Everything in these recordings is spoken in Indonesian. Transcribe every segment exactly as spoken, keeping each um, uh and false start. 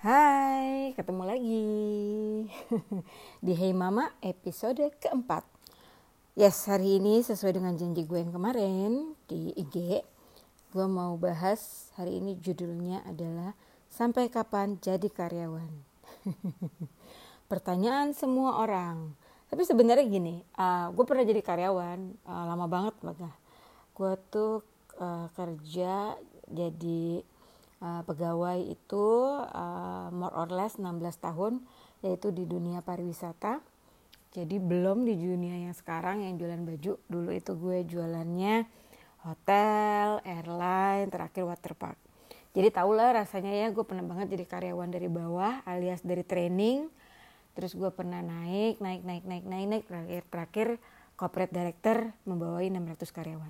Hai, ketemu lagi di Hey Mama episode keempat. Yes, hari ini sesuai dengan janji gue yang kemarin di I G, gue mau bahas hari ini judulnya adalah Sampai Kapan Jadi Karyawan. Pertanyaan semua orang. Tapi sebenarnya gini, uh, gue pernah jadi karyawan uh, lama banget bagah. Gue tuh uh, kerja jadi Uh, pegawai itu uh, more or less enam belas tahun, yaitu di dunia pariwisata. Jadi belum di dunia yang sekarang yang jualan baju. Dulu itu gue jualannya hotel, airline, terakhir waterpark. Jadi tahulah rasanya ya, gue pernah banget jadi karyawan dari bawah alias dari training. Terus gue pernah naik, naik, naik, naik, naik, naik. Terakhir, terakhir corporate director membawai enam ratus karyawan.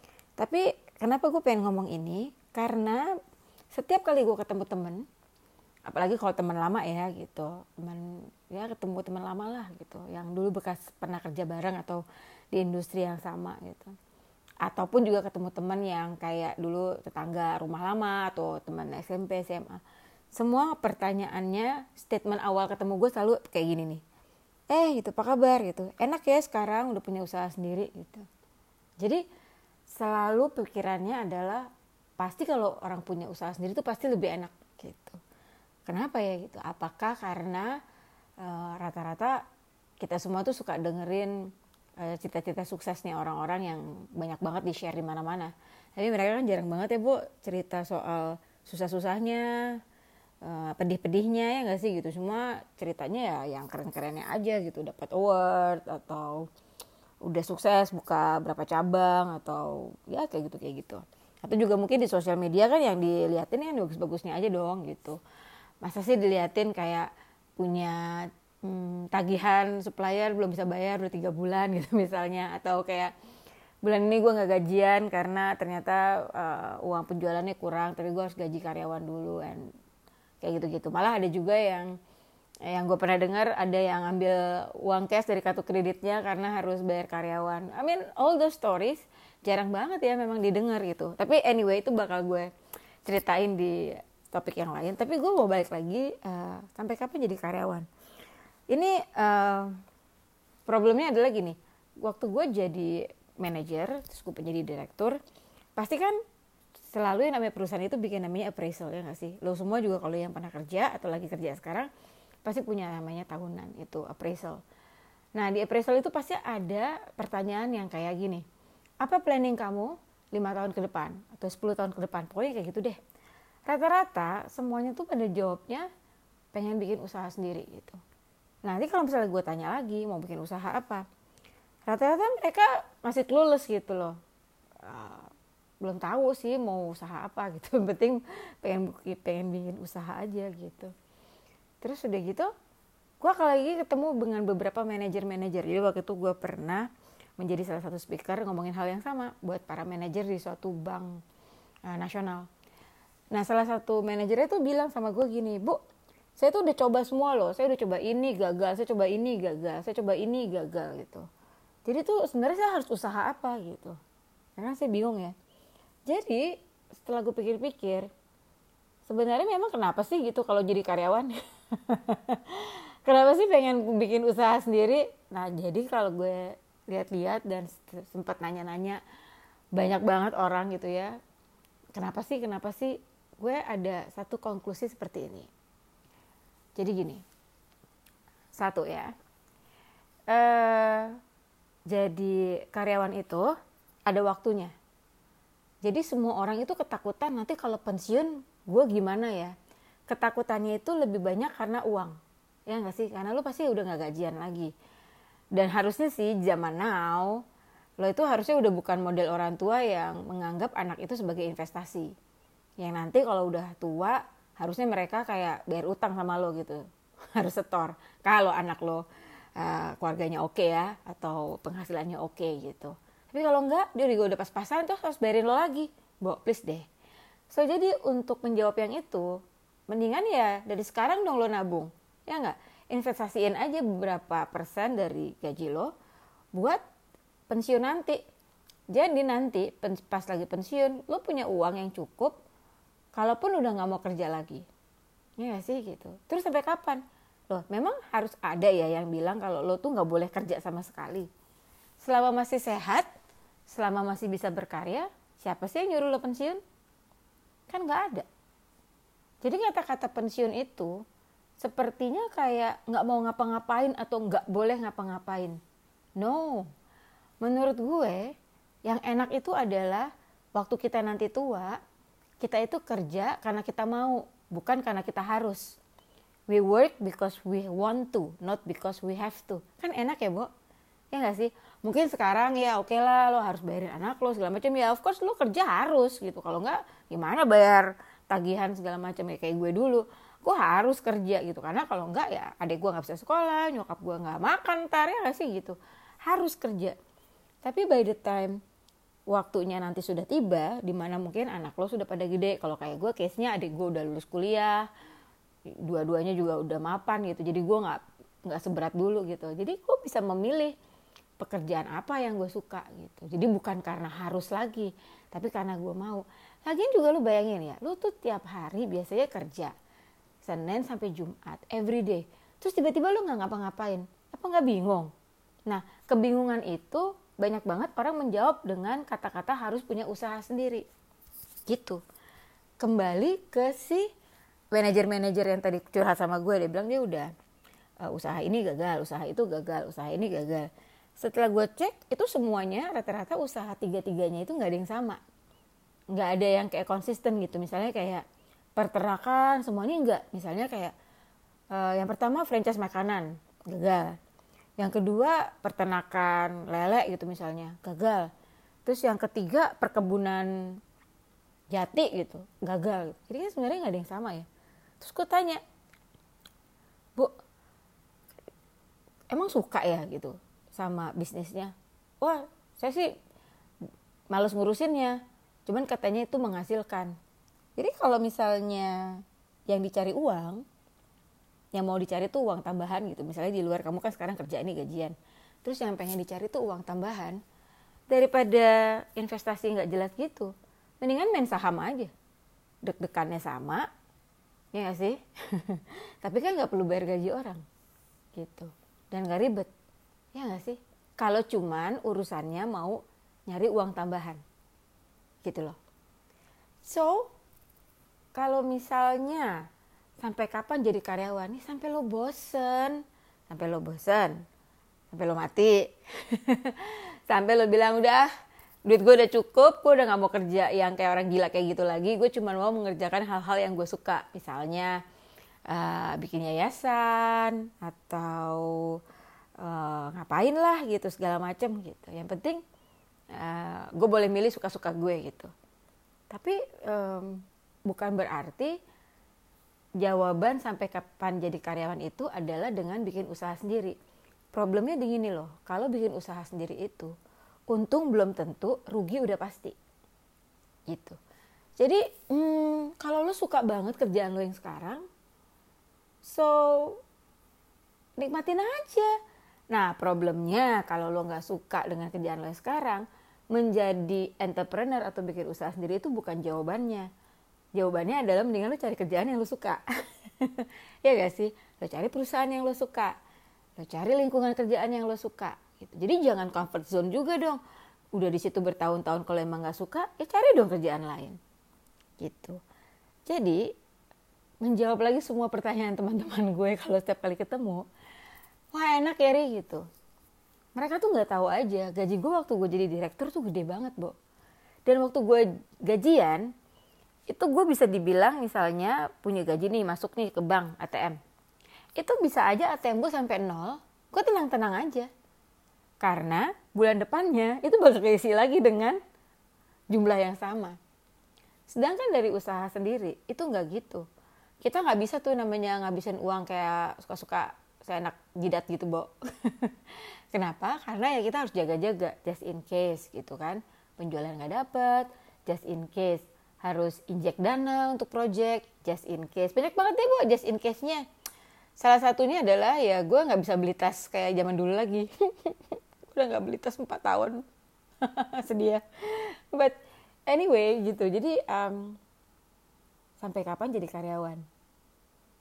Tapi kenapa gue pengen ngomong ini? Karena setiap kali gue ketemu temen, apalagi kalau teman lama ya gitu, teman ya ketemu teman lama lah gitu, yang dulu bekas pernah kerja bareng atau di industri yang sama gitu, ataupun juga ketemu teman yang kayak dulu tetangga rumah lama atau teman S M P S M A, semua pertanyaannya statement awal ketemu gue selalu kayak gini nih, eh gitu apa kabar gitu, enak ya sekarang udah punya usaha sendiri gitu. Jadi selalu pikirannya adalah pasti kalau orang punya usaha sendiri itu pasti lebih enak gitu. Kenapa ya gitu? Apakah karena e, rata-rata kita semua tuh suka dengerin e, cita-cita suksesnya orang-orang yang banyak banget di-share di mana-mana. Tapi mereka kan jarang banget ya Bu cerita soal susah-susahnya, e, pedih-pedihnya ya nggak sih gitu. Semua ceritanya ya yang keren-kerennya aja gitu, dapat award atau udah sukses buka berapa cabang atau ya kayak gitu kayak gitu. Atau juga mungkin di sosial media kan yang diliatin yang bagus-bagusnya aja dong gitu. Masa sih diliatin kayak punya hmm, tagihan supplier belum bisa bayar udah tiga bulan gitu misalnya. Atau kayak bulan ini gue gak gajian karena ternyata uh, uang penjualannya kurang, tapi gue harus gaji karyawan dulu. And kayak gitu-gitu. Malah ada juga yang yang gue pernah dengar ada yang ambil uang cash dari kartu kreditnya karena harus bayar karyawan. I mean all those stories jarang banget ya memang didengar gitu. Tapi anyway itu bakal gue ceritain di topik yang lain. Tapi gue mau balik lagi uh, sampai kapan jadi karyawan. Ini uh, problemnya adalah gini. Waktu gue jadi manajer, terus gue menjadi direktur, pasti kan selalu yang namanya perusahaan itu bikin namanya appraisal ya nggak sih. Lo semua juga kalau yang pernah kerja atau lagi kerja sekarang pasti punya namanya tahunan itu appraisal. Nah di appraisal itu pasti ada pertanyaan yang kayak gini. Apa planning kamu lima tahun ke depan atau sepuluh tahun ke depan? Pokoknya kayak gitu deh. Rata-rata semuanya tuh pada jawabnya pengen bikin usaha sendiri gitu. Nanti kalau misalnya gue tanya lagi mau bikin usaha apa, rata-rata mereka masih clueless gitu loh. Uh, belum tahu sih mau usaha apa gitu. Yang penting pengen pengen bikin usaha aja gitu. Terus udah gitu, gue kali lagi ketemu dengan beberapa manajer-manajer. Jadi waktu itu gue pernah menjadi salah satu speaker ngomongin hal yang sama buat para manajer di suatu bank uh, nasional. Nah salah satu manajernya tuh bilang sama gue gini, Bu, saya tuh udah coba semua loh, saya udah coba ini gagal, saya coba ini gagal, saya coba ini gagal gitu. Jadi tuh sebenarnya saya harus usaha apa gitu. Karena saya bingung ya. Jadi setelah gue pikir-pikir, sebenarnya memang kenapa sih gitu kalau jadi karyawan? Kenapa sih pengen bikin usaha sendiri? Nah jadi kalau gue lihat-lihat dan sempat nanya-nanya banyak banget orang gitu ya, kenapa sih kenapa sih gue ada satu konklusi seperti ini. Jadi gini, satu ya, eh, jadi karyawan itu ada waktunya. Jadi semua orang itu ketakutan nanti kalau pensiun gue gimana ya. Ketakutannya itu lebih banyak karena uang, ya nggak sih? Karena lu pasti udah nggak gajian lagi. Dan harusnya sih zaman now, lo itu harusnya udah bukan model orang tua yang menganggap anak itu sebagai investasi. Yang nanti kalau udah tua, harusnya mereka kayak bayar utang sama lo gitu. Harus setor. Kalau anak lo uh, keluarganya oke okay ya, atau penghasilannya oke okay gitu. Tapi kalau enggak, dia juga udah pas-pasan tuh harus bayarin lo lagi. Bo, please deh. So jadi untuk menjawab yang itu, mendingan ya dari sekarang dong lo nabung. Ya enggak? Investasiin aja beberapa persen dari gaji lo buat pensiun nanti. Jadi nanti pas lagi pensiun lo punya uang yang cukup kalaupun udah gak mau kerja lagi. Ya gak sih gitu. Terus sampai kapan? Loh memang harus ada ya yang bilang kalau lo tuh gak boleh kerja sama sekali. Selama masih sehat, selama masih bisa berkarya, siapa sih yang nyuruh lo pensiun? Kan gak ada. Jadi kata-kata pensiun itu sepertinya kayak gak mau ngapa-ngapain atau gak boleh ngapa-ngapain. No, menurut gue yang enak itu adalah waktu kita nanti tua, kita itu kerja karena kita mau, bukan karena kita harus. We work because we want to, not because we have to. Kan enak ya, Bo? Ya gak sih? Mungkin sekarang ya oke okay lah, lo harus bayarin anak lo segala macam. Ya of course lo kerja harus gitu. Kalau enggak gimana bayar tagihan segala macam ya kayak gue dulu. Gue harus kerja gitu. Karena kalau enggak ya adik gue gak bisa sekolah, nyokap gue gak makan ntar ya gak sih gitu. Harus kerja. Tapi by the time waktunya nanti sudah tiba, dimana mungkin anak lo sudah pada gede. Kalau kayak gue case-nya adik gue udah lulus kuliah, dua-duanya juga udah mapan gitu. Jadi gue gak, gak seberat dulu gitu. Jadi gue bisa memilih pekerjaan apa yang gue suka gitu. Jadi bukan karena harus lagi, tapi karena gue mau. Lagian juga lu bayangin ya, lu tuh tiap hari biasanya kerja Senin sampai Jumat, every day. Terus tiba-tiba lu nggak ngapa-ngapain, apa nggak bingung? Nah, kebingungan itu banyak banget orang menjawab dengan kata-kata harus punya usaha sendiri, gitu. Kembali ke si manajer-manajer yang tadi curhat sama gue, dia bilang dia udah uh, usaha ini gagal, usaha itu gagal, usaha ini gagal. Setelah gue cek, itu semuanya rata-rata usaha tiga-tiganya itu gak ada yang sama. Gak ada yang kayak konsisten gitu. Misalnya kayak peternakan, semuanya enggak. Misalnya kayak uh, yang pertama franchise makanan, gagal. Yang kedua peternakan lele gitu misalnya, gagal. Terus yang ketiga perkebunan jati gitu, gagal. Jadi kan sebenarnya gak ada yang sama ya. Terus gue tanya, Bu, emang suka ya gitu sama bisnisnya? Wah, saya sih males ngurusinnya. Cuman katanya itu menghasilkan. Jadi kalau misalnya yang dicari uang, yang mau dicari tuh uang tambahan gitu. Misalnya di luar kamu kan sekarang kerja ini gajian. Terus yang pengen dicari tuh uang tambahan. Daripada investasi gak jelas gitu, mendingan main saham aja. Deg-degannya sama, ya gak sih? Tapi kan gak perlu bayar gaji orang gitu. Dan gak ribet. Ya gak sih? Kalau cuman urusannya mau nyari uang tambahan. Gitu loh. So, kalau misalnya sampai kapan jadi karyawan? Nih sampai lo bosen. Sampai lo bosen. Sampai lo mati. Sampai lo bilang udah, duit gue udah cukup, gue udah gak mau kerja yang kayak orang gila kayak gitu lagi. Gue cuma mau mengerjakan hal-hal yang gue suka. Misalnya uh, bikin yayasan atau Uh, ngapain lah gitu segala macam gitu. Yang penting uh, gue boleh milih suka-suka gue gitu. Tapi um, bukan berarti jawaban sampai kapan jadi karyawan itu adalah dengan bikin usaha sendiri. Problemnya begini loh, kalau bikin usaha sendiri itu untung belum tentu, rugi udah pasti gitu. Jadi hmm, kalau lo suka banget kerjaan lo yang sekarang, so nikmatin aja. Nah problemnya kalau lo gak suka dengan kerjaan lo sekarang, menjadi entrepreneur atau bikin usaha sendiri itu bukan jawabannya. Jawabannya adalah mendingan lo cari kerjaan yang lo suka. Ya gak sih? Lo cari perusahaan yang lo suka. Lo cari lingkungan kerjaan yang lo suka. Gitu. Jadi jangan comfort zone juga dong. Udah di situ bertahun-tahun kalau emang gak suka, ya cari dong kerjaan lain. Gitu. Jadi menjawab lagi semua pertanyaan teman-teman gue kalau setiap kali ketemu, wah enak ya Ri gitu. Mereka tuh gak tahu aja, gaji gue waktu gue jadi direktur tuh gede banget, Bo. Dan waktu gue gajian, itu gue bisa dibilang misalnya punya gaji nih, masuk nih ke bank A T M. Itu bisa aja A T M gue sampai nol, gue tenang-tenang aja. Karena bulan depannya itu bakal keisi lagi dengan jumlah yang sama. Sedangkan dari usaha sendiri, itu gak gitu. Kita gak bisa tuh namanya ngabisin uang kayak suka-suka seenak jidat gitu, Bo. Kenapa? Karena ya kita harus jaga-jaga, just in case gitu kan. Penjualan gak dapet, just in case. Harus injek dana untuk project, just in case. Banyak banget deh, Bo, just in case-nya. Salah satunya adalah ya gue gak bisa beli tas kayak zaman dulu lagi. Udah gak beli tas empat tahun. Sedih ya. But anyway gitu. Jadi um, sampai kapan jadi karyawan?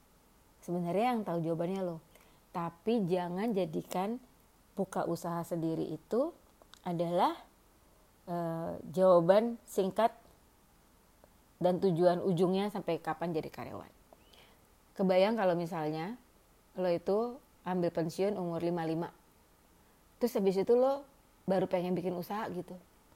sebenarnya yang tahu jawabannya lo. Tapi jangan jadikan buka usaha sendiri itu adalah uh, jawaban singkat dan tujuan ujungnya sampai kapan jadi karyawan. Kebayang kalau misalnya lo itu ambil pensiun umur lima puluh lima. Terus habis itu lo baru pengen bikin usaha gitu.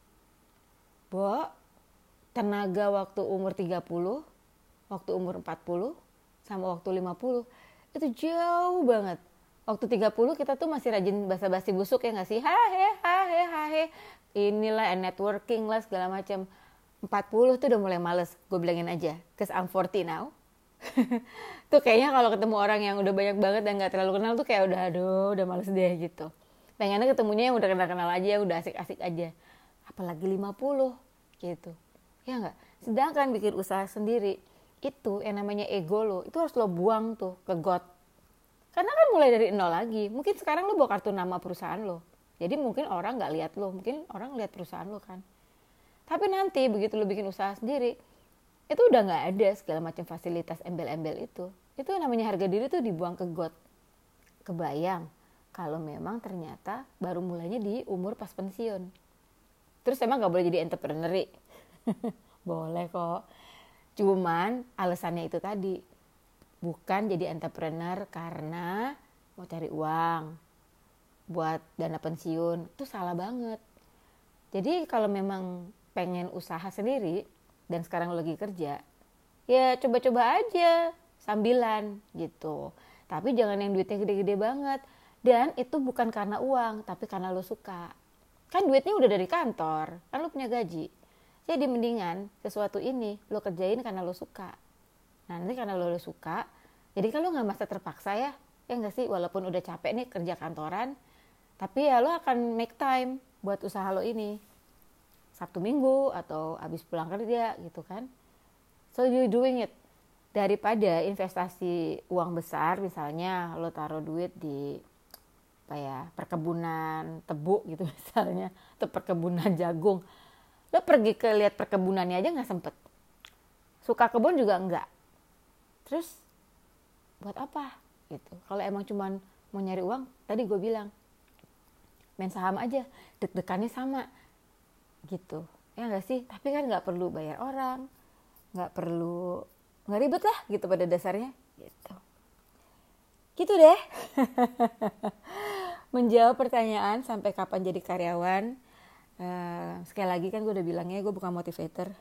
Bo, tenaga waktu umur tiga puluh, waktu umur empat puluh, sama waktu lima puluh itu jauh banget. Waktu tiga puluh kita tuh masih rajin basa-basi busuk ya gak sih? Hahe, hahe, hahe. Inilah networking lah segala macam. empat puluh tuh udah mulai males, gue bilangin aja. Cause I'm forty now. Tuh kayaknya kalau ketemu orang yang udah banyak banget dan gak terlalu kenal tuh kayak udah aduh udah males deh gitu. Pengennya ketemunya yang udah kenal-kenal aja, yang udah asik-asik aja. Apalagi lima puluh gitu. Ya gak? Sedangkan bikin usaha sendiri, itu yang namanya ego lo, itu harus lo buang tuh ke got. Karena kan mulai dari nol lagi. Mungkin sekarang lo bawa kartu nama perusahaan lo. Jadi mungkin orang gak lihat lo, mungkin orang lihat perusahaan lo kan. Tapi nanti begitu lo bikin usaha sendiri, itu udah gak ada segala macam fasilitas embel-embel itu. Itu namanya harga diri tuh dibuang ke got. Kebayang kalau memang ternyata baru mulainya di umur pas pensiun. Terus emang gak boleh jadi entrepreneur? Boleh kok. Cuman alasannya itu tadi. Bukan jadi entrepreneur karena mau cari uang buat dana pensiun. Itu salah banget. Jadi kalau memang pengen usaha sendiri dan sekarang lo lagi kerja, ya coba-coba aja sambilan gitu. Tapi jangan yang duitnya gede-gede banget. Dan itu bukan karena uang, tapi karena lo suka. Kan duitnya udah dari kantor, kan lo punya gaji. Jadi mendingan sesuatu ini lo kerjain karena lo suka. Nah nanti karena lo udah suka, jadi kan lo gak merasa terpaksa ya, ya gak sih? Walaupun udah capek nih kerja kantoran, tapi ya lo akan make time buat usaha lo ini. Sabtu Minggu atau abis pulang kerja gitu kan. So you doing it. Daripada investasi uang besar, misalnya lo taruh duit di apa ya, perkebunan tebu gitu misalnya, atau perkebunan jagung. Lo pergi ke lihat perkebunannya aja gak sempet. Suka kebun juga enggak. Terus buat apa gitu? Kalau emang cuman mau nyari uang, tadi gue bilang main saham aja, deg-degannya sama gitu. Ya enggak sih? Tapi kan enggak perlu bayar orang, enggak perlu, enggak ribet lah gitu pada dasarnya gitu. Gitu deh. Menjawab pertanyaan sampai kapan jadi karyawan. Uh, sekali lagi kan gue udah bilangnya gue bukan motivator.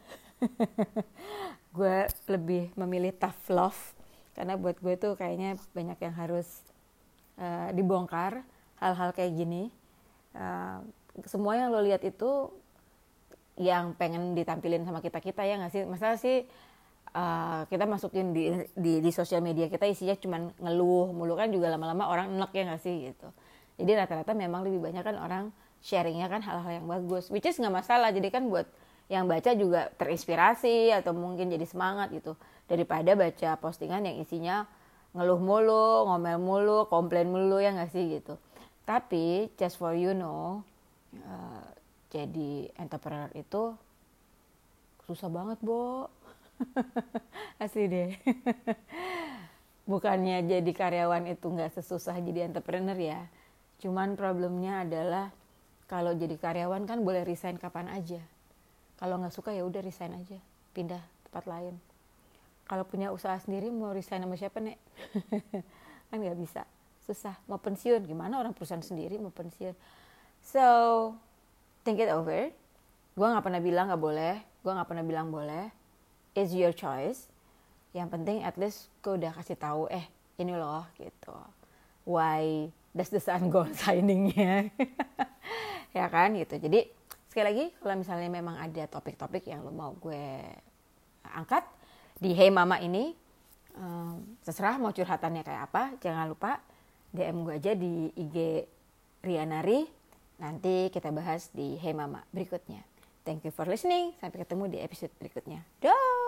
Gue lebih memilih tough love karena buat gue tuh kayaknya banyak yang harus uh, dibongkar hal-hal kayak gini. Uh, semua yang lo lihat itu yang pengen ditampilin sama kita-kita ya nggak sih? Masa sih uh, kita masukin di di, di sosial media kita isinya cuman ngeluh mulu kan juga lama-lama orang enek ya nggak sih gitu. Jadi rata-rata memang lebih banyak kan orang sharingnya kan hal-hal yang bagus, which is nggak masalah. Jadi kan buat yang baca juga terinspirasi atau mungkin jadi semangat gitu, daripada baca postingan yang isinya ngeluh mulu, ngomel mulu, komplain mulu ya nggak sih gitu. Tapi just for you know, uh, jadi entrepreneur itu susah banget, Bo. Asli deh. Bukannya jadi karyawan itu nggak sesusah jadi entrepreneur ya. Cuman problemnya adalah kalau jadi karyawan kan boleh resign kapan aja. Kalau nggak suka ya udah resign aja, pindah tempat lain. Kalau punya usaha sendiri mau resign sama siapa nek? Kan nggak bisa, susah. Mau pensiun gimana orang perusahaan sendiri mau pensiun? So think it over. Gue nggak pernah bilang nggak boleh, gue nggak pernah bilang boleh. It's your choice. Yang penting at least gue udah kasih tahu, eh ini loh gitu. Why does the sun go shining-nya? Ya kan gitu. Jadi sekali lagi kalau misalnya memang ada topik-topik yang lo mau gue angkat di Hey Mama ini, um, terserah mau curhatannya kayak apa, jangan lupa D M gue aja di I G Rianari. Nanti kita bahas di Hey Mama berikutnya. Thank you for listening. Sampai ketemu di episode berikutnya. Dah.